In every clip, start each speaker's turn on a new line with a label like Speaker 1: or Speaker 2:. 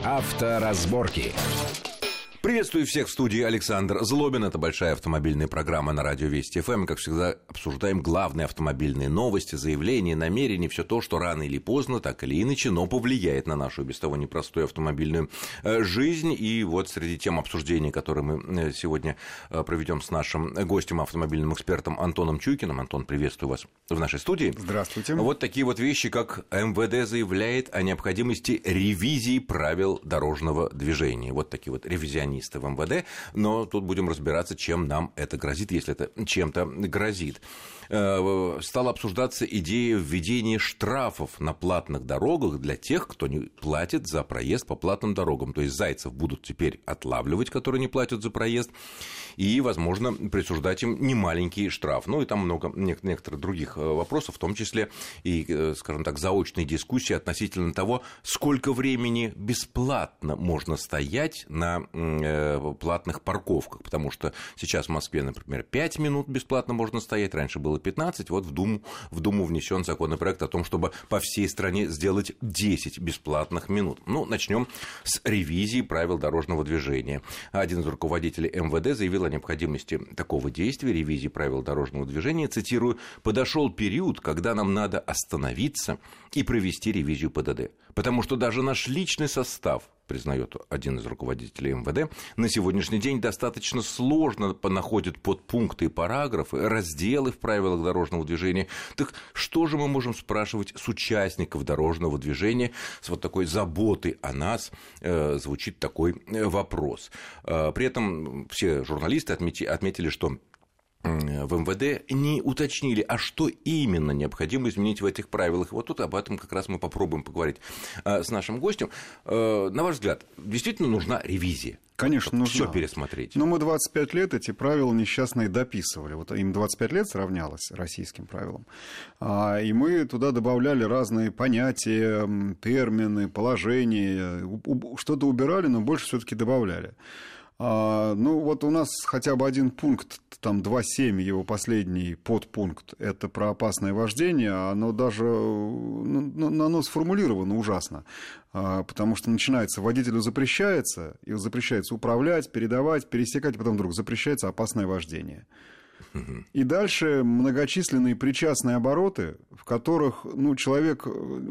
Speaker 1: Авторазборки.
Speaker 2: Приветствую всех в студии Александр Злобин. Это большая автомобильная программа на радио Вести ФМ. Как всегда, обсуждаем главные автомобильные новости, заявления, намерения, все то, что рано или поздно, так или иначе, но повлияет на нашу без того непростую автомобильную жизнь. И вот среди тем обсуждений, которые мы сегодня проведем с нашим гостем, автомобильным экспертом Антоном Чуйкиным. Антон, приветствую вас в нашей студии.
Speaker 3: Здравствуйте.
Speaker 2: Вот такие вот вещи, как МВД заявляет о необходимости ревизии правил дорожного движения. Вот такие вот ревизионисты в МВД, но тут будем разбираться, чем нам это грозит, если это чем-то грозит. Стала обсуждаться идея введения штрафов на платных дорогах для тех, кто не платит за проезд по платным дорогам. То есть зайцев будут теперь отлавливать, которые не платят за проезд, и, возможно, присуждать им немаленький штраф. Ну и там много некоторых других вопросов, в том числе и, скажем так, заочные дискуссии относительно того, сколько времени бесплатно можно стоять на платных парковках, потому что сейчас в Москве, например, 5 минут бесплатно можно стоять, раньше было 15, вот в Думу внесен законопроект о том, чтобы по всей стране сделать 10 бесплатных минут. Ну, начнем с ревизии правил дорожного движения. Один из руководителей МВД заявил о необходимости такого действия, ревизии правил дорожного движения, цитирую: «Подошел период, когда нам надо остановиться и провести ревизию ПДД, потому что даже наш личный состав, признает один из руководителей МВД, на сегодняшний день достаточно сложно находит подпункты и параграфы, разделы в правилах дорожного движения. Так что же мы можем спрашивать с участников дорожного движения? С вот такой заботой о нас звучит такой вопрос. При этом все журналисты отметили, что в МВД не уточнили, а что именно необходимо изменить в этих правилах. Вот тут об этом как раз мы попробуем поговорить с нашим гостем. На ваш взгляд, действительно нужна ревизия?
Speaker 3: Конечно, нужно.
Speaker 2: Все пересмотреть.
Speaker 3: Но мы 25 лет эти правила несчастные дописывали. Вот им 25 лет сравнялось российским правилам. И мы туда добавляли разные понятия, термины, положения. Что-то убирали, но больше все-таки добавляли. Ну, вот у нас хотя бы один пункт, там 2.7, его последний подпункт, это про опасное вождение, оно даже, оно сформулировано ужасно, потому что начинается, водителю запрещается управлять, передавать, пересекать, потом вдруг запрещается опасное вождение. И дальше многочисленные причастные обороты, в которых человек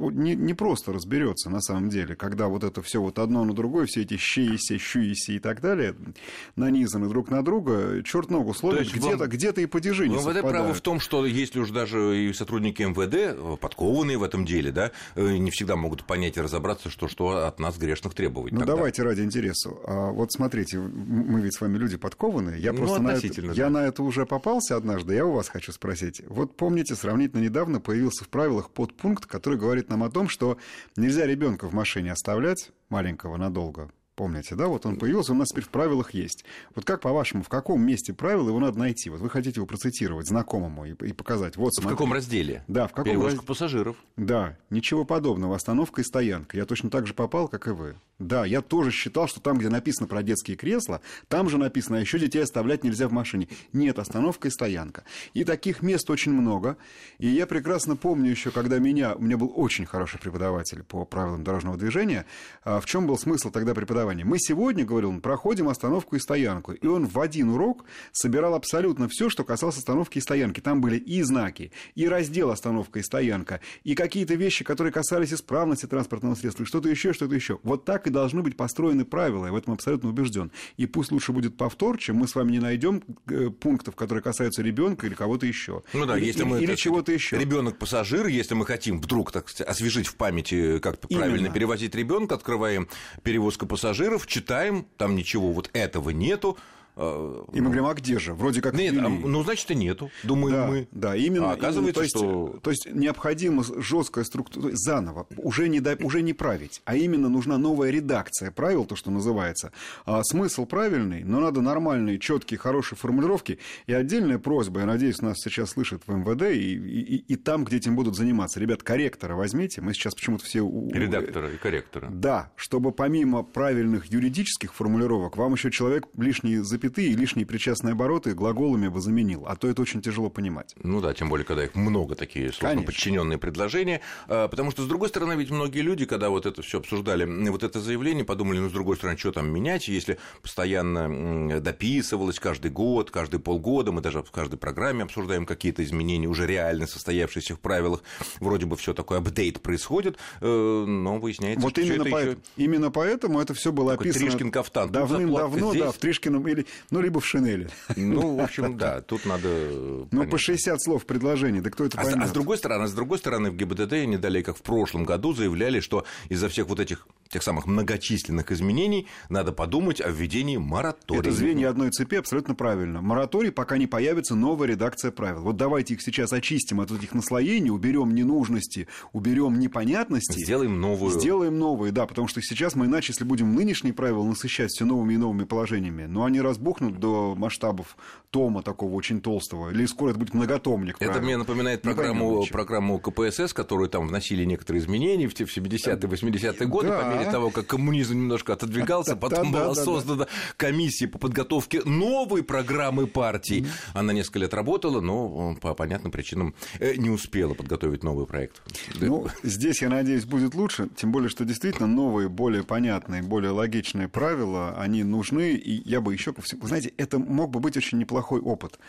Speaker 3: не просто разберется на самом деле, когда вот это все вот одно на другое, все эти щуиси и так далее нанизаны друг на друга, черт ногу словит, где-то и падежи не совпадают.
Speaker 2: МВД право в том, что если уж даже и сотрудники МВД, подкованные в этом деле, да, не всегда могут понять и разобраться, что от нас грешных требовать.
Speaker 3: Ну, давайте ради интереса. Вот смотрите, мы ведь с вами люди подкованные. Я просто на это уже попался однажды, я у вас хочу спросить. Вот помните, сравнительно недавно появился в правилах подпункт, который говорит нам о том, что нельзя ребенка в машине оставлять, маленького, надолго. Помните, да? Вот он появился, у нас теперь в правилах есть. Вот как, по-вашему, в каком месте правил его надо найти? Вот вы хотите его процитировать знакомому и показать. Вот,
Speaker 2: в каком разделе?
Speaker 3: Да, в каком
Speaker 2: Перевозка пассажиров.
Speaker 3: Да, ничего подобного. Остановка и стоянка. Я точно так же попал, как и вы. Да, я тоже считал, что там, где написано про детские кресла, там же написано, а еще детей оставлять нельзя в машине. Нет, остановка и стоянка. И таких мест очень много. И я прекрасно помню еще, когда у меня был очень хороший преподаватель по правилам дорожного движения. В чем был смысл тогда преподавания? Мы сегодня, говорил он, проходим остановку и стоянку. И он в один урок собирал абсолютно все, что касалось остановки и стоянки. Там были и знаки, и раздел остановка и стоянка, и какие-то вещи, которые касались исправности транспортного средства, и что-то еще. Вот так и должны быть построены правила, я в этом абсолютно убежден. И пусть лучше будет повтор, чем мы с вами не найдем пунктов, которые касаются ребенка или кого-то еще.
Speaker 2: Ну да,
Speaker 3: или чего-то еще.
Speaker 2: Ребенок-пассажир, если мы хотим вдруг освежить в памяти, как правильно перевозить ребенка, открываем перевозка пассажиров, читаем, там ничего вот этого нету.
Speaker 3: И мы говорим, а где же? Вроде как
Speaker 2: нет, значит, и нету, думаем мы.
Speaker 3: Да, именно.
Speaker 2: А оказывается, что...
Speaker 3: То есть необходима жесткая структура, заново, уже не править, а именно нужна новая редакция правил, то, что называется. Смысл правильный, но надо нормальные, четкие, хорошие формулировки. И отдельная просьба, я надеюсь, нас сейчас слышат в МВД и там, где этим будут заниматься. Ребят, корректора возьмите, мы сейчас почему-то все...
Speaker 2: Редактора и корректора.
Speaker 3: Да, чтобы помимо правильных юридических формулировок, вам еще человек лишние запятые запятые и лишние причастные обороты глаголами бы заменил, а то это очень тяжело понимать.
Speaker 2: Ну да, тем более, когда их много, такие сложно подчиненные предложения, потому что, с другой стороны, ведь многие люди, когда вот это все обсуждали, вот это заявление, подумали, ну, с другой стороны, что там менять, если постоянно дописывалось каждый год, каждые полгода, мы даже в каждой программе обсуждаем какие-то изменения, уже реально состоявшиеся в правилах, вроде бы все такое апдейт происходит, но выясняется,
Speaker 3: вот
Speaker 2: что
Speaker 3: именно
Speaker 2: это еще...
Speaker 3: Именно поэтому это все было описано
Speaker 2: Тришкин кафтан.
Speaker 3: Давным-давно, да, в Тришкином или, ну, либо в шинели.
Speaker 2: Ну, в общем, да, тут надо...
Speaker 3: Ну, по 60 слов в предложении, да кто это поймет?
Speaker 2: А с другой стороны, в ГИБДД, не далее, как в прошлом году, заявляли, что из-за всех вот этих тех самых многочисленных изменений надо подумать о введении моратория.
Speaker 3: Это звенья одной цепи, абсолютно правильно. Мораторий, пока не появится новая редакция правил. Вот давайте их сейчас очистим от этих наслоений, уберем ненужности, уберем непонятности.
Speaker 2: Сделаем новые,
Speaker 3: да, потому что сейчас мы иначе, если будем нынешние правила насыщать все новыми и новыми положениями, но они разбухнут до масштабов тома такого очень толстого, или скоро это будет многотомник.
Speaker 2: Это мне напоминает программу КПСС, которую там вносили некоторые изменения в 70-е, 80-е годы, да. По мере того, как коммунизм немножко отодвигался, потом была создана комиссия по подготовке новой программы партии. Она несколько лет работала, но по понятным причинам не успела подготовить новый проект.
Speaker 3: Ну, здесь, я надеюсь, будет лучше, тем более, что действительно новые, более понятные, более логичные правила, они нужны, и я бы еще... Вы знаете, это мог бы быть очень неплохой опыт.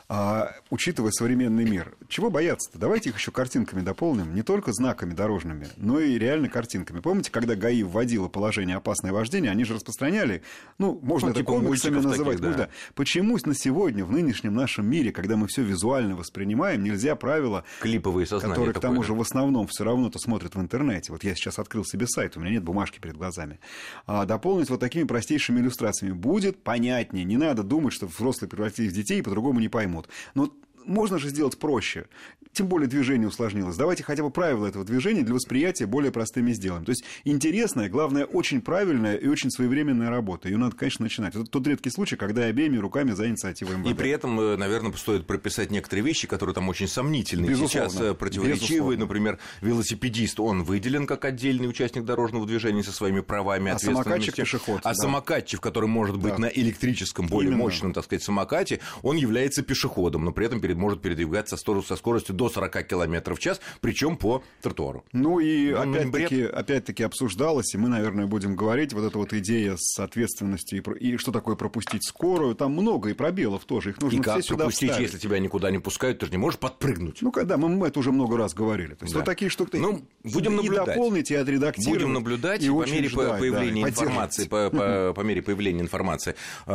Speaker 3: Учитывая современный мир. Чего бояться-то? Давайте их еще картинками дополним, не только знаками дорожными, но и реально картинками. Помните, когда ГАИ вводило положение «опасное вождение», они же распространяли, ну, можно это комиксами называть. Таких, да. Почему на сегодня, в нынешнем нашем мире, когда мы все визуально воспринимаем, нельзя правила,
Speaker 2: клиповые сознания,
Speaker 3: которые, к тому же, в основном все равно-то смотрят в интернете. Вот я сейчас открыл себе сайт, у меня нет бумажки перед глазами. Дополнить вот такими простейшими иллюстрациями. Будет понятнее. Не надо думать, что взрослые превратились в детей и по-другому не поймут. Но можно же сделать проще. Тем более движение усложнилось. Давайте хотя бы правила этого движения для восприятия более простыми сделаем. То есть интересная, главное, очень правильная и очень своевременная работа. Ее надо, конечно, начинать. Это тот редкий случай, когда обеими руками за инициативой МВД.
Speaker 2: И при этом, наверное, стоит прописать некоторые вещи, которые там очень сомнительные. Безусловно. Сейчас противоречивые. Например, велосипедист, он выделен как отдельный участник дорожного движения со своими правами,
Speaker 3: ответственностью. А самокатчик пешеход.
Speaker 2: Самокатчик, который может быть на электрическом, более мощном, так сказать, самокате, он является пешеходом, но при этом может передвигаться со скоростью до 40 км в час, причем по тротуару.
Speaker 3: Ну и опять-таки обсуждалось, и мы, наверное, будем говорить, вот эта вот идея с ответственностью и что такое пропустить скорую, там много и пробелов тоже, их нужно все сюда вставить. И как пропустить,
Speaker 2: если тебя никуда не пускают, ты же не можешь подпрыгнуть.
Speaker 3: Ну, когда мы это уже много раз говорили. То есть вот такие штуки
Speaker 2: будем наблюдать.
Speaker 3: И дополнить, и отредактировать.
Speaker 2: Будем наблюдать, и по мере появления информации, по мере появления информации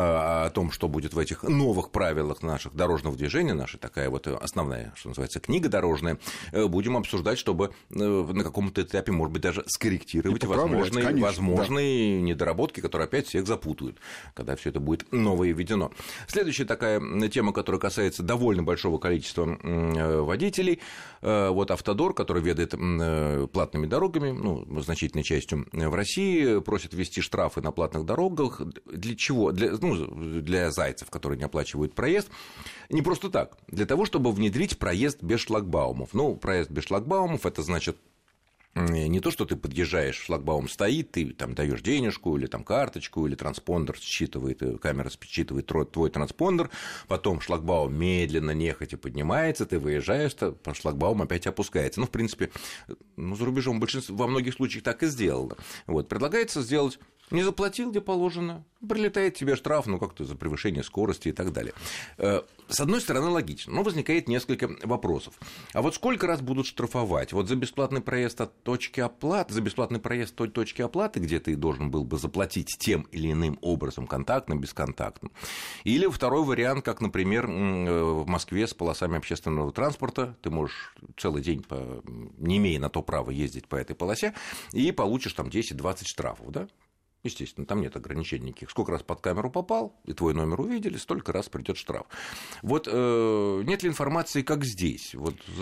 Speaker 2: о том, что будет в этих новых правилах наших дорожного движения, наша такая вот основная, что называется, книга дорожная, будем обсуждать, чтобы на каком-то этапе, может быть, даже скорректировать возможные недоработки, которые опять всех запутают, когда все это будет новое введено. Следующая такая тема, которая касается довольно большого количества водителей. Вот Автодор, который ведает платными дорогами, ну, значительной частью в России, просит ввести штрафы на платных дорогах. Для чего? Для зайцев, которые не оплачивают проезд. Не просто так. Для того, чтобы внедрить проезд без шлагбаумов. Ну, проезд без шлагбаумов – это значит не то, что ты подъезжаешь, шлагбаум стоит, ты там даешь денежку или там карточку, или транспондер считывает, камера считывает твой транспондер, потом шлагбаум медленно, нехотя поднимается, ты выезжаешь, шлагбаум опять опускается. Ну, в принципе, за рубежом во многих случаях так и сделано. Вот, предлагается сделать: не заплатил, где положено, прилетает тебе штраф, как-то за превышение скорости и так далее. С одной стороны, логично, но возникает несколько вопросов. А вот сколько раз будут штрафовать? Вот за бесплатный проезд от точки оплаты, за бесплатный проезд от той точки оплаты, где ты должен был бы заплатить тем или иным образом, контактным, бесконтактным. Или второй вариант, как, например, в Москве с полосами общественного транспорта, ты можешь целый день, не имея на то права, ездить по этой полосе, и получишь там 10-20 штрафов, да? Естественно, там нет ограничений никаких. Сколько раз под камеру попал, и твой номер увидели, столько раз придет штраф. Вот нет ли информации, как здесь?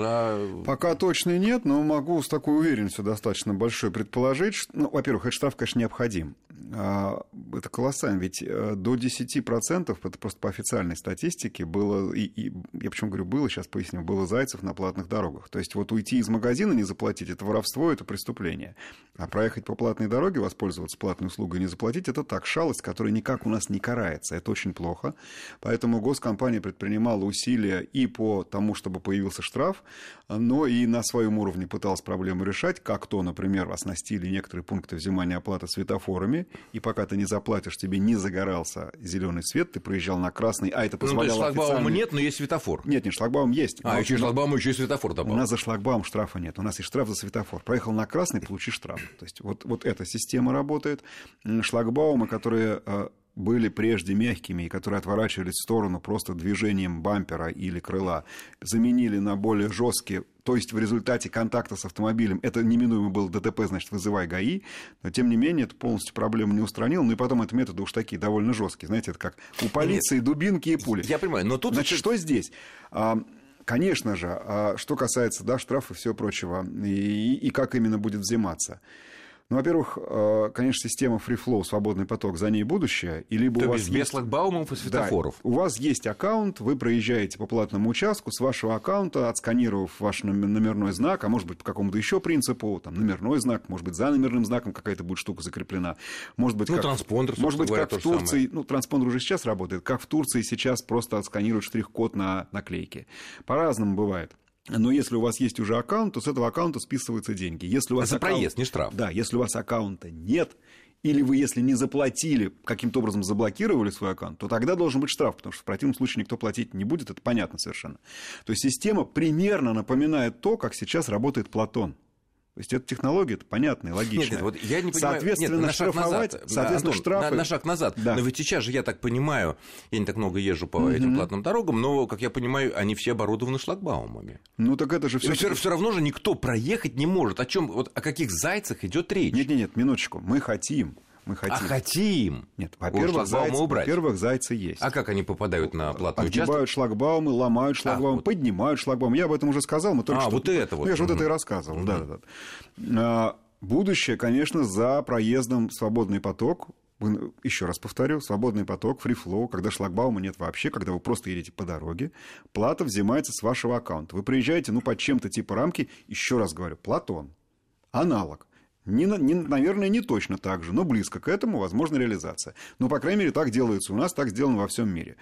Speaker 3: Пока точно нет, но могу с такой уверенностью достаточно большой предположить, что, во-первых, этот штраф, конечно, необходим. Это колоссально, ведь до 10%, это просто по официальной статистике, было, я почему говорю было, сейчас поясню, было зайцев на платных дорогах. То есть вот уйти из магазина, не заплатить, это воровство, это преступление. А проехать по платной дороге, воспользоваться платной услугой и не заплатить, это так, шалость, которая никак у нас не карается. Это очень плохо. Поэтому госкомпания предпринимала усилия и по тому, чтобы появился штраф, но и на своем уровне пыталась проблему решать, как то, например, оснастили некоторые пункты взимания оплаты светофорами, и пока ты не заплатишь, тебе не загорался зеленый свет, ты проезжал на красный, а это позволяло...
Speaker 2: Ну, то есть шлагбаума нет, но есть светофор.
Speaker 3: Нет, шлагбаум есть.
Speaker 2: Еще шлагбаум, еще и светофор добавил.
Speaker 3: У нас за шлагбаум штрафа нет, у нас есть штраф за светофор. Проехал на красный, получи штраф. То есть вот эта система работает. Шлагбаумы, которые были прежде мягкими и которые отворачивались в сторону просто движением бампера или крыла, заменили на более жесткие. То есть в результате контакта с автомобилем это неминуемо было ДТП, значит, вызывай ГАИ, но тем не менее это полностью проблему не устранило. Ну и потом это методы уж такие довольно жесткие. Знаете, это как у полиции дубинки и пули.
Speaker 2: Я понимаю, но тут...
Speaker 3: Значит, что здесь? Конечно же, что касается штрафов и всего прочего, и как именно будет взиматься. Ну, во-первых, конечно, система Free Flow, свободный поток, за ней будущее. И либо
Speaker 2: то
Speaker 3: у вас
Speaker 2: есть без шлагбаумов и светофоров.
Speaker 3: Да, у вас есть аккаунт, вы проезжаете по платному участку, с вашего аккаунта, отсканировав ваш номерной знак, а может быть, по какому-то еще принципу, там, номерной знак, может быть, за номерным знаком какая-то будет штука закреплена. Может быть,
Speaker 2: транспондер,
Speaker 3: может быть,
Speaker 2: говоря,
Speaker 3: как в Турции, транспондер уже сейчас работает, как в Турции сейчас просто отсканируют штрих-код на наклейке. По-разному бывает. Но если у вас есть уже аккаунт, то с этого аккаунта списываются деньги. Если у вас
Speaker 2: это проезд, не штраф.
Speaker 3: Да, если у вас аккаунта нет, или вы, если не заплатили, каким-то образом заблокировали свой аккаунт, то тогда должен быть штраф, потому что в противном случае никто платить не будет, это понятно совершенно. То есть система примерно напоминает то, как сейчас работает Платон. То есть эта технология, это понятная, логичная.
Speaker 2: Нет, вот я не понимаю.
Speaker 3: Соответственно,
Speaker 2: на шаг
Speaker 3: штрафовать,
Speaker 2: назад.
Speaker 3: соответственно,
Speaker 2: Антон,
Speaker 3: штрафы...
Speaker 2: на шаг назад.
Speaker 3: Да.
Speaker 2: Но ведь сейчас же, я так понимаю, я не так много езжу по этим платным дорогам, но, как я понимаю, они все оборудованы шлагбаумами.
Speaker 3: Ну, так это же
Speaker 2: все равно же никто проехать не может. О каких зайцах идет речь?
Speaker 3: Нет, минуточку. Мы хотим.
Speaker 2: А хотим?
Speaker 3: Нет, во-первых, зайцы есть.
Speaker 2: А как они попадают на платный участок?
Speaker 3: Огибают шлагбаумы, ломают шлагбаумы, поднимают шлагбаум. Я об этом уже сказал, мы только что...
Speaker 2: вот это вот.
Speaker 3: Я же вот это и рассказывал, да. Будущее, конечно, за проездом в свободный поток. Еще раз повторю, свободный поток, free flow, когда шлагбаума нет вообще, когда вы просто едете по дороге, плата взимается с вашего аккаунта. Вы приезжаете, под чем-то типа рамки, еще раз говорю, Платон, аналог. Наверное, не точно так же, но близко к этому возможна реализация. Но, по крайней мере, так делается у нас, так сделано во всем мире.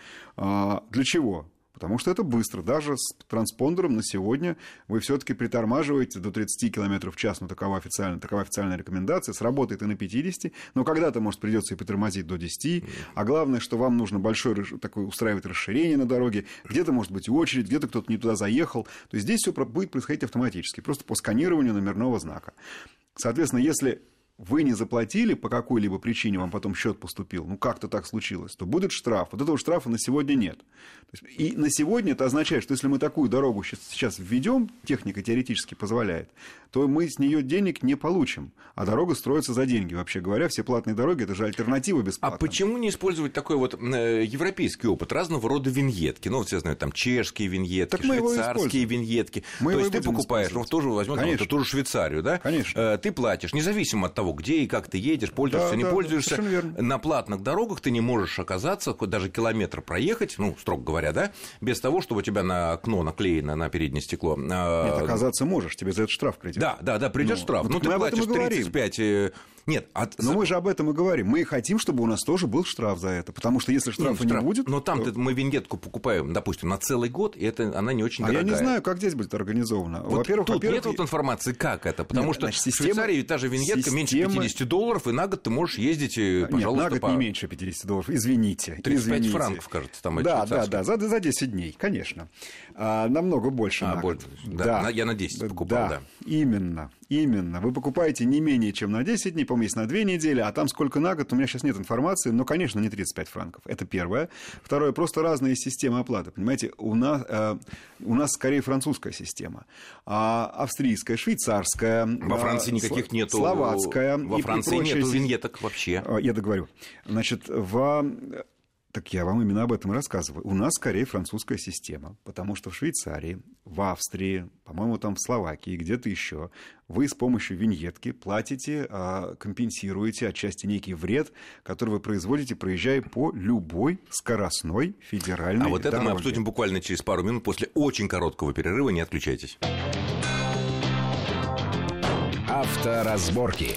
Speaker 3: Для чего? Потому что это быстро. Даже с транспондером на сегодня вы все-таки притормаживаете до 30 км в час. Такова официальная рекомендация. Сработает и на 50, но когда-то, может, придется и притормозить до 10. А главное, что вам нужно большое такое устраивать расширение на дороге. Где-то, может быть, очередь, где-то кто-то не туда заехал. То есть здесь все будет происходить автоматически, просто по сканированию номерного знака. Соответственно, если вы не заплатили по какой-либо причине, вам потом счет поступил, как-то так случилось, то будет штраф. Вот этого штрафа на сегодня нет. И на сегодня это означает, что если мы такую дорогу сейчас введем, техника теоретически позволяет, то мы с нее денег не получим. А дорога строится за деньги. Вообще говоря, все платные дороги – это же альтернатива бесплатным.
Speaker 2: А почему не использовать такой европейский опыт, разного рода виньетки? Все знают, там чешские виньетки, швейцарские виньетки. То есть ты покупаешь, тоже возьмем ту же Швейцарию, да?
Speaker 3: Конечно.
Speaker 2: Ты платишь, независимо от того, где и как ты едешь, пользуешься, не пользуешься. На платных дорогах ты не можешь оказаться, даже километр проехать, строго говоря, да, без того, чтобы у тебя на окно наклеено на переднее стекло.
Speaker 3: Нет, оказаться можешь, тебе за это штраф придет.
Speaker 2: Да, придет штраф. Ты платишь 35... Нет,
Speaker 3: но мы же об этом и говорим. Мы хотим, чтобы у нас тоже был штраф за это. Потому что если штрафа не будет...
Speaker 2: Но там мы виньетку покупаем, допустим, на целый год, и она не очень дорогая.
Speaker 3: Я не знаю, как здесь будет организовано. Во-первых,
Speaker 2: тут нет информации, как это. Потому что в Швейцарии та же виньетка меньше $50, и на год ты можешь ездить, пожалуйста,
Speaker 3: Нет, на год не меньше $50, извините.
Speaker 2: 35 франков, кажется, там
Speaker 3: да, за 10 дней, конечно. Намного больше на год.
Speaker 2: Да, я на 10 покупал, да.
Speaker 3: Именно. Вы покупаете не менее чем на 10 дней, по-моему, есть на 2 недели, а там сколько на год, у меня сейчас нет информации, но, конечно, не 35 франков. Это первое. Второе, просто разные системы оплаты. Понимаете, у нас скорее французская система, австрийская, швейцарская.
Speaker 2: Во Франции никаких нету.
Speaker 3: Словацкая.
Speaker 2: Во Франции нету виньеток вообще.
Speaker 3: Я договорю. Значит, Так я вам именно об этом и рассказываю. У нас скорее французская система, потому что в Швейцарии, в Австрии, по-моему, там в Словакии, где-то еще, вы с помощью виньетки платите, компенсируете отчасти некий вред, который вы производите, проезжая по любой скоростной федеральной дороге.
Speaker 2: А вот это мы обсудим буквально через пару минут после очень короткого перерыва. Не отключайтесь.
Speaker 1: Авторазборки.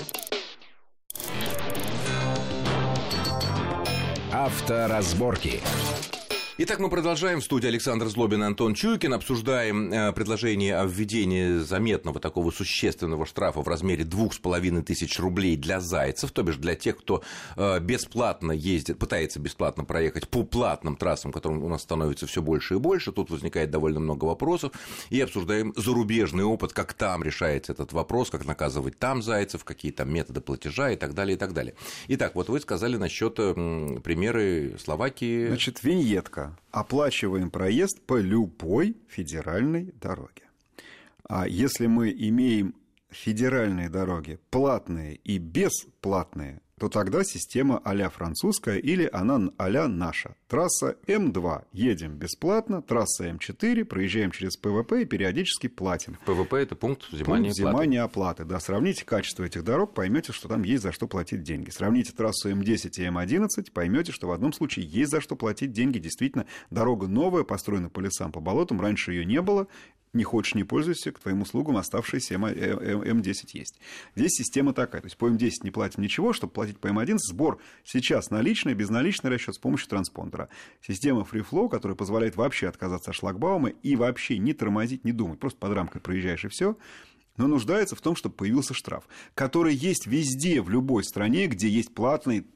Speaker 1: Авторазборки.
Speaker 2: Итак, мы продолжаем. В студии Александр Злобин и Антон Чуйкин. Обсуждаем предложение о введении заметного такого существенного штрафа в размере 2500 рублей для зайцев, то бишь для тех, кто бесплатно ездит, пытается бесплатно проехать по платным трассам, которым у нас становится все больше и больше. Тут возникает довольно много вопросов. И обсуждаем зарубежный опыт, как там решается этот вопрос, как наказывать там зайцев, какие там методы платежа и так далее, и так далее. Итак, вот вы сказали насчет примеры Словакии.
Speaker 3: Значит, виньетка. Оплачиваем проезд по любой федеральной дороге. А если мы имеем федеральные дороги платные и бесплатные, то тогда система а-ля французская или она а-ля наша. Трасса М2 едем бесплатно, трасса М4 проезжаем через ПВП и периодически платим.
Speaker 2: ПВП – это пункт взимания
Speaker 3: оплаты. Да, сравните качество этих дорог, поймете, что там есть за что платить деньги. Сравните трассу М10 и М11, поймете, что в одном случае есть за что платить деньги. Действительно, дорога новая, построена по лесам, по болотам, раньше ее не было. Не хочешь, не пользуйся, к твоим услугам оставшиеся М10 есть. Здесь система такая. То есть по М10 не платим ничего, чтобы платить по М11. Сбор сейчас наличный, безналичный расчет с помощью транспондера. Система Free Flow, которая позволяет вообще отказаться от шлагбаума и вообще не тормозить, не думать. Просто под рамкой проезжаешь и все. Но нуждается в том, чтобы появился штраф, который есть везде, в любой стране, где есть платный,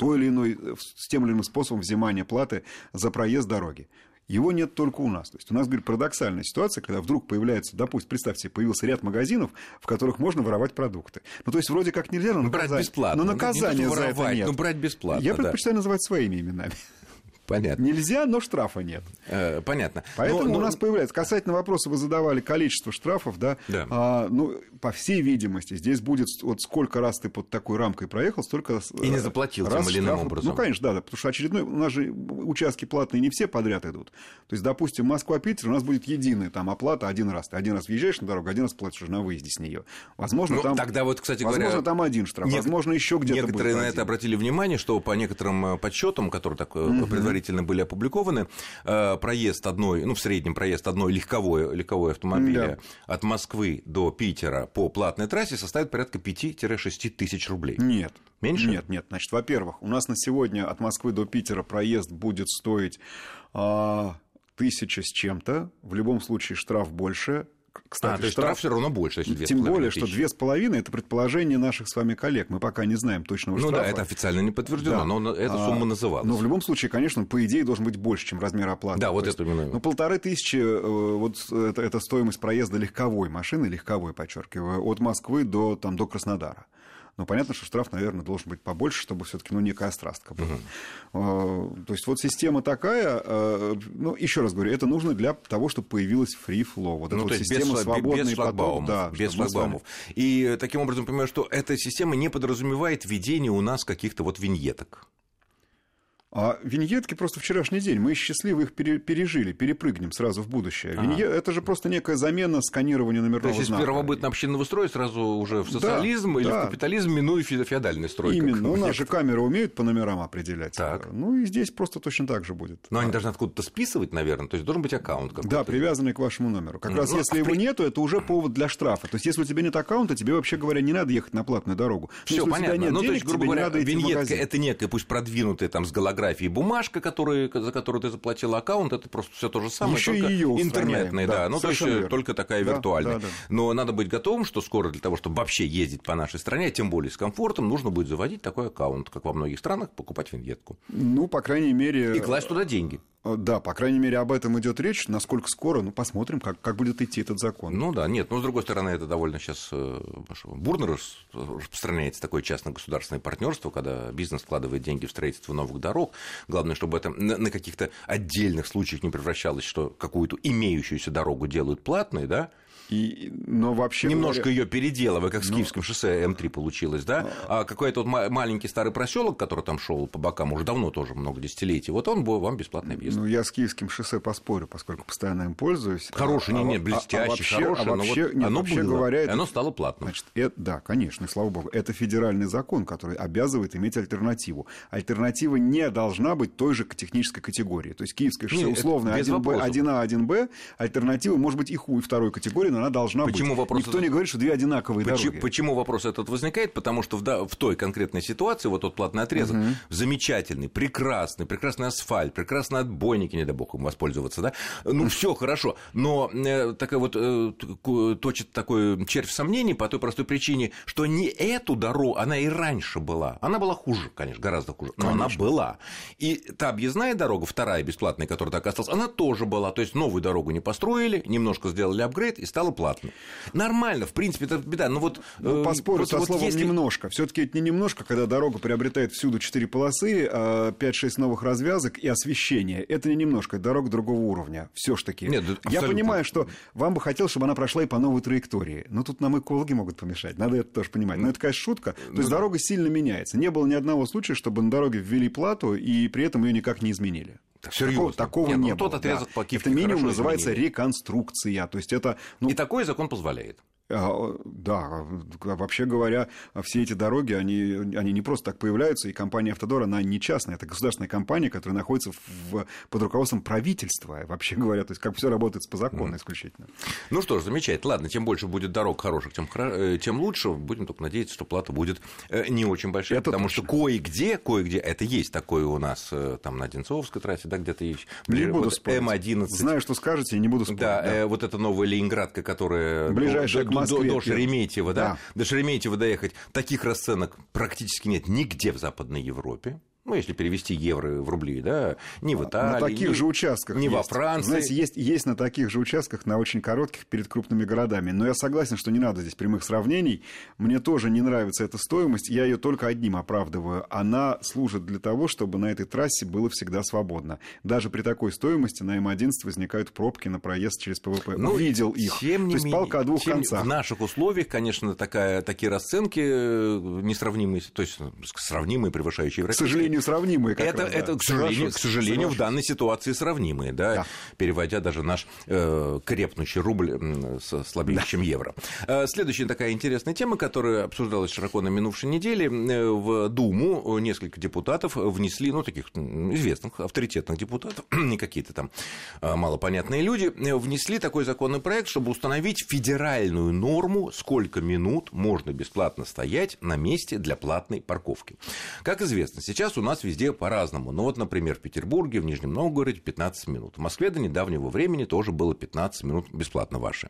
Speaker 3: с тем или иным способом взимания платы за проезд дороги. Его нет только у нас. То есть у нас, говорит, парадоксальная ситуация, когда вдруг появляется, допустим, представьте, появился ряд магазинов, в которых можно воровать продукты. Ну, то есть вроде как нельзя, но
Speaker 2: брать бесплатно.
Speaker 3: Но наказания за это нет.
Speaker 2: Ну, брать бесплатно,
Speaker 3: Я предпочитаю называть своими именами.
Speaker 2: Понятно.
Speaker 3: Нельзя, но штрафа нет.
Speaker 2: Понятно.
Speaker 3: Поэтому у нас появляется... Касательно вопроса, вы задавали количество штрафов, да?
Speaker 2: Да.
Speaker 3: По всей видимости, здесь будет вот сколько раз ты под такой рамкой проехал, столько...
Speaker 2: И не заплатил тем или иным образом.
Speaker 3: Ну, конечно, да, потому что очередной... У нас же участки платные не все подряд идут. То есть, допустим, Москва-Питер, у нас будет единая там оплата один раз. Ты один раз въезжаешь на дорогу, один раз платишь уже на выезде с нее. Возможно, там...
Speaker 2: Тогда вот, кстати говоря...
Speaker 3: Возможно, там один штраф, возможно, еще где-то будет
Speaker 2: Некоторые на
Speaker 3: один.
Speaker 2: это обратили внимание, что по некоторым подсчетам, которые так предварительно были опубликованы, проезд одной, в среднем проезд одной легковой автомобиля от Москвы до Питера по платной трассе составит порядка 5-6 тысяч рублей.
Speaker 3: Нет.
Speaker 2: Меньше?
Speaker 3: Нет. Значит, во-первых, у нас на сегодня от Москвы до Питера проезд будет стоить 1000 с чем-то. В любом случае штраф больше. Кстати,
Speaker 2: то есть штраф все равно больше, если 2,5
Speaker 3: Тем более,
Speaker 2: тысячи.
Speaker 3: что 2,5 – это предположение наших с вами коллег. Мы пока не знаем точного штрафа.
Speaker 2: Ну да, это официально не подтверждено, но эта сумма называлась.
Speaker 3: Но в любом случае, конечно, по идее, должен быть больше, чем размер оплаты.
Speaker 2: Да, вот это именно.
Speaker 3: 1500 вот это стоимость проезда легковой машины, подчеркиваю, от Москвы до Краснодара. Но понятно, что штраф, наверное, должен быть побольше, чтобы все-таки некая острастка была. То есть вот система такая, еще раз говорю, это нужно для того, чтобы появилась free flow. Вот эта вот система свободный поток. Да,
Speaker 2: без шлагбаумов. И таким образом, понимаю, что эта система не подразумевает введение у нас каких-то вот виньеток.
Speaker 3: А виньетки просто вчерашний день. Мы счастливы их пережили, перепрыгнем сразу в будущее. Это же просто некая замена сканирования номерного знака.
Speaker 2: То есть из первобытно-общинного строя сразу уже в социализм или в капитализм, минуя феодальный строй.
Speaker 3: Именно. У нас же камеры умеют по номерам определять. Так. И здесь просто точно так же будет.
Speaker 2: Но они должны откуда-то списывать, наверное. То есть должен быть аккаунт какой-то.
Speaker 3: Да, привязанный к вашему номеру. Как раз если его нету, это уже повод для штрафа. То есть если у тебя нет аккаунта, тебе, вообще говоря, не надо ехать на платную дорогу.
Speaker 2: Все понятно.
Speaker 3: Если у тебя нет денег,
Speaker 2: грубо
Speaker 3: тебе
Speaker 2: говоря,
Speaker 3: не надо идти в
Speaker 2: виньетка
Speaker 3: магазин.
Speaker 2: это некая, пусть продвинутая с голографией бумажка, за которую ты заплатил аккаунт, это просто все то же самое,
Speaker 3: еще
Speaker 2: только
Speaker 3: интернетная,
Speaker 2: да. То есть только такая виртуальная.
Speaker 3: Да.
Speaker 2: Но надо быть готовым, что скоро для того, чтобы вообще ездить по нашей стране, тем более с комфортом, нужно будет заводить такой аккаунт, как во многих странах, покупать виньетку.
Speaker 3: По крайней мере...
Speaker 2: И класть туда деньги.
Speaker 3: Да, по крайней мере, об этом идет речь. Насколько скоро, посмотрим, как будет идти этот закон.
Speaker 2: С другой стороны, это довольно сейчас бурно распространяется такое частно-государственное партнерство, когда бизнес вкладывает деньги в строительство новых дорог. Главное, чтобы это на каких-то отдельных случаях не превращалось, что какую-то имеющуюся дорогу делают платной, да?
Speaker 3: Но вообще
Speaker 2: немножко ее переделывая, как с Киевским шоссе М3 получилось, да? А какой-то вот маленький старый проселок, который там шел по бокам уже давно, тоже много десятилетий, вот он был вам бесплатный объезд.
Speaker 3: Я с Киевским шоссе поспорю, поскольку постоянно им пользуюсь.
Speaker 2: Хороший, блестящий, хороший, но вот оно было, говоря, и оно стало платным.
Speaker 3: Значит, да, конечно, и слава богу. Это федеральный закон, который обязывает иметь альтернативу. Альтернатива не должна быть той же технической категории. То есть Киевское шоссе условно 1А, 1Б, альтернатива может быть и второй категории, она должна быть. Никто не говорит, что две одинаковые дороги.
Speaker 2: Почему вопрос этот возникает? Потому что в той конкретной ситуации, вот тот платный отрезок, замечательный, прекрасный асфальт, прекрасные отбойники, не дай бог им воспользоваться, да? Все хорошо, но такая вот точит такой червь сомнений по той простой причине, что не эту дорогу, она и раньше была. Она была хуже, конечно, гораздо хуже, но она была. И та объездная дорога, вторая бесплатная, которая так осталась, она тоже была. То есть новую дорогу не построили, немножко сделали апгрейд и стала платной. Нормально, в принципе, это беда.
Speaker 3: Поспорю со словом немножко. Все-таки это не немножко, когда дорога приобретает всюду 4 полосы, 5-6 новых развязок и освещение. Это не немножко, это дорога другого уровня. Все-таки. Я понимаю, что вам бы хотелось, чтобы она прошла и по новой траектории. Но тут нам экологи могут помешать. Надо это тоже понимать. Но это, конечно, шутка. То есть дорога сильно меняется. Не было ни одного случая, чтобы на дороге ввели плату и при этом ее никак не изменили. Такого не было.
Speaker 2: Тот отрезок по Киевке
Speaker 3: это минимум называется реконструкция. То есть это,
Speaker 2: и такой закон позволяет.
Speaker 3: Да, вообще говоря, все эти дороги, они не просто так появляются, и компания «Автодор», она не частная, это государственная компания, которая находится под руководством правительства, вообще говоря, то есть как все работает по закону исключительно.
Speaker 2: Ну что ж, замечательно. Ладно, чем больше будет дорог хороших, тем лучше. Будем только надеяться, что плата будет не очень большая, потому что кое-где, это есть такое у нас там на Одинцовской трассе, да, где-то есть.
Speaker 3: Не буду спорить.
Speaker 2: М11.
Speaker 3: Знаю, что скажете, не буду спорить.
Speaker 2: Да, вот эта новая Ленинградка, которая...
Speaker 3: Ближайшая к Москве.
Speaker 2: До Шереметьево, да? До Шереметьево доехать. Таких расценок практически нет нигде в Западной Европе. Если перевести евро в рубли, да, ни в Италии,
Speaker 3: на таких же участках
Speaker 2: ни во Франции.
Speaker 3: Знаете, есть на таких же участках, на очень коротких, перед крупными городами. Но я согласен, что не надо здесь прямых сравнений. Мне тоже не нравится эта стоимость. Я ее только одним оправдываю. Она служит для того, чтобы на этой трассе было всегда свободно. Даже при такой стоимости на М11 возникают пробки на проезд через ПВП. Увидел их. То есть палка о двух концах.
Speaker 2: В наших условиях, конечно, такие расценки несравнимые, то есть сравнимые, превышающие европейские.
Speaker 3: К сожалению, сравнимые.
Speaker 2: Это к сожалению, в данной ситуации сравнимые, да, переводя даже наш крепнущий рубль слабее, чем евро. Следующая такая интересная тема, которая обсуждалась широко на минувшей неделе. В Думу несколько депутатов внесли, таких известных, авторитетных депутатов, не какие-то там малопонятные люди, внесли такой законный проект, чтобы установить федеральную норму, сколько минут можно бесплатно стоять на месте для платной парковки. Как известно, сейчас у нас везде по-разному. Например, в Петербурге, в Нижнем Новгороде 15 минут. В Москве до недавнего времени тоже было 15 минут бесплатно ваши.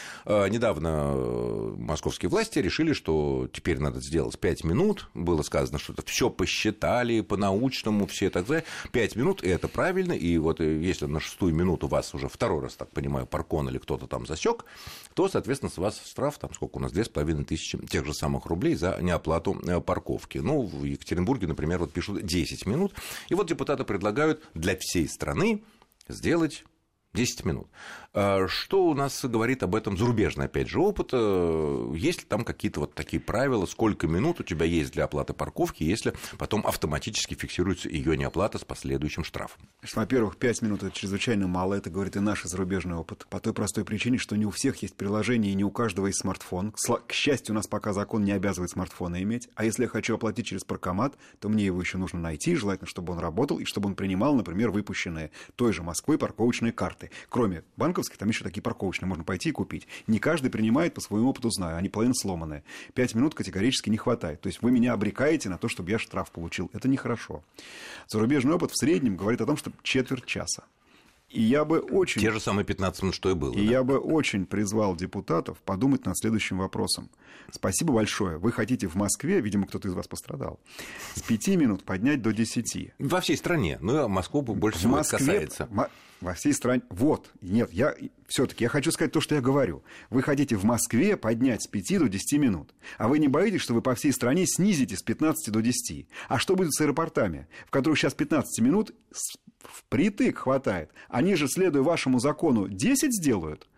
Speaker 2: Недавно московские власти решили, что теперь надо сделать 5 минут. Было сказано, что это все посчитали по-научному, все так далее. 5 минут, и это правильно. И вот если на 6-ю минуту вас уже второй раз, так понимаю, паркон или кто-то там засек, то, соответственно, с вас штраф, там сколько у нас, 2500 тех же самых рублей за неоплату парковки. В Екатеринбурге, например, вот пишут 10 минут. И вот депутаты предлагают для всей страны сделать 10 минут. Что у нас говорит об этом зарубежный, опять же, опыт? Есть ли там какие-то вот такие правила, сколько минут у тебя есть для оплаты парковки, если потом автоматически фиксируется ее неоплата с последующим штрафом?
Speaker 3: Во-первых, 5 минут – это чрезвычайно мало, это говорит и наш зарубежный опыт. По той простой причине, что не у всех есть приложение, и не у каждого есть смартфон. К счастью, у нас пока закон не обязывает смартфона иметь. А если я хочу оплатить через паркомат, то мне его еще нужно найти, желательно, чтобы он работал, и чтобы он принимал, например, выпущенные той же Москвой парковочные карты. Кроме банковских, там еще такие парковочные можно пойти и купить. Не каждый принимает, по своему опыту знаю, они половина сломанные. 5 минут категорически не хватает. То есть вы меня обрекаете на то, чтобы я штраф получил. Это нехорошо. Зарубежный опыт в среднем говорит о том, что четверть часа. И я бы очень...
Speaker 2: Те же самые 15 минут, что и было.
Speaker 3: И я бы очень призвал депутатов подумать над следующим вопросом. Спасибо большое. Вы хотите в Москве, видимо, кто-то из вас пострадал, с 5 минут поднять до 10.
Speaker 2: Во всей стране. А Москву больше всего это касается.
Speaker 3: Во всей стране. Вот. Нет, я хочу сказать то, что я говорю. Вы хотите в Москве поднять с 5 до 10 минут. А вы не боитесь, что вы по всей стране снизите с 15 до 10? А что будет с аэропортами, в которых сейчас 15 минут впритык хватает? Они же, следуя вашему закону, 10 сделают.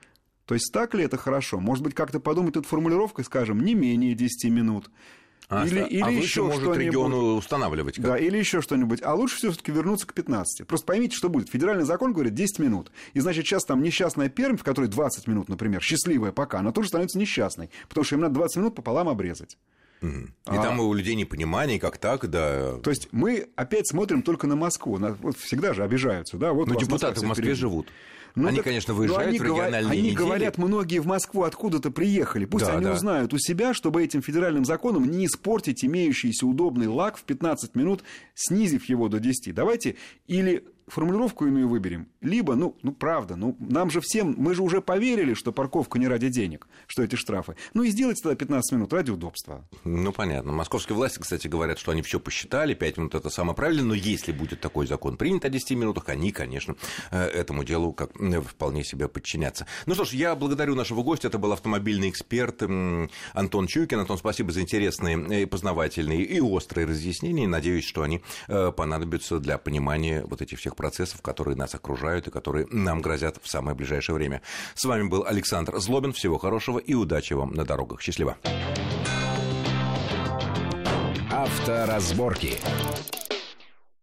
Speaker 3: То есть так ли это хорошо? Может быть, как-то подумать над формулировкой, скажем, не менее 10 минут. Или еще
Speaker 2: может
Speaker 3: что-нибудь.
Speaker 2: Региону устанавливать.
Speaker 3: Да, или еще что-нибудь. А лучше все-таки вернуться к 15. Просто поймите, что будет. Федеральный закон говорит 10 минут. И значит, сейчас там несчастная Пермь, в которой 20 минут, например, счастливая пока, она тоже становится несчастной. Потому что им надо 20 минут пополам обрезать.
Speaker 2: И там у людей непонимание, как так, да.
Speaker 3: То есть мы опять смотрим только на Москву. Вот всегда же обижаются. Да? Вот
Speaker 2: но депутаты в Москве живут.
Speaker 3: Ну,
Speaker 2: они,
Speaker 3: так,
Speaker 2: конечно, выезжают в региональные недели.
Speaker 3: Они говорят, многие в Москву откуда-то приехали. Пусть они узнают у себя, чтобы этим федеральным законом не испортить имеющийся удобный лаг в 15 минут, снизив его до 10. Давайте или формулировку иную выберем, либо, правда, нам же всем, мы же уже поверили, что парковка не ради денег, что эти штрафы. И сделайте тогда 15 минут ради удобства.
Speaker 2: Понятно. Московские власти, кстати, говорят, что они все посчитали, 5 минут это самое правильное, но если будет такой закон принят о 10 минутах, они, конечно, этому делу вполне себе подчинятся. Ну что ж, я благодарю нашего гостя, это был автомобильный эксперт Антон Чуйкин. Антон, спасибо за интересные, познавательные и острые разъяснения. Надеюсь, что они понадобятся для понимания вот этих всех процессов, которые нас окружают и которые нам грозят в самое ближайшее время. С вами был Александр Злобин. Всего хорошего и удачи вам на дорогах. Счастливо.
Speaker 1: Авторазборки.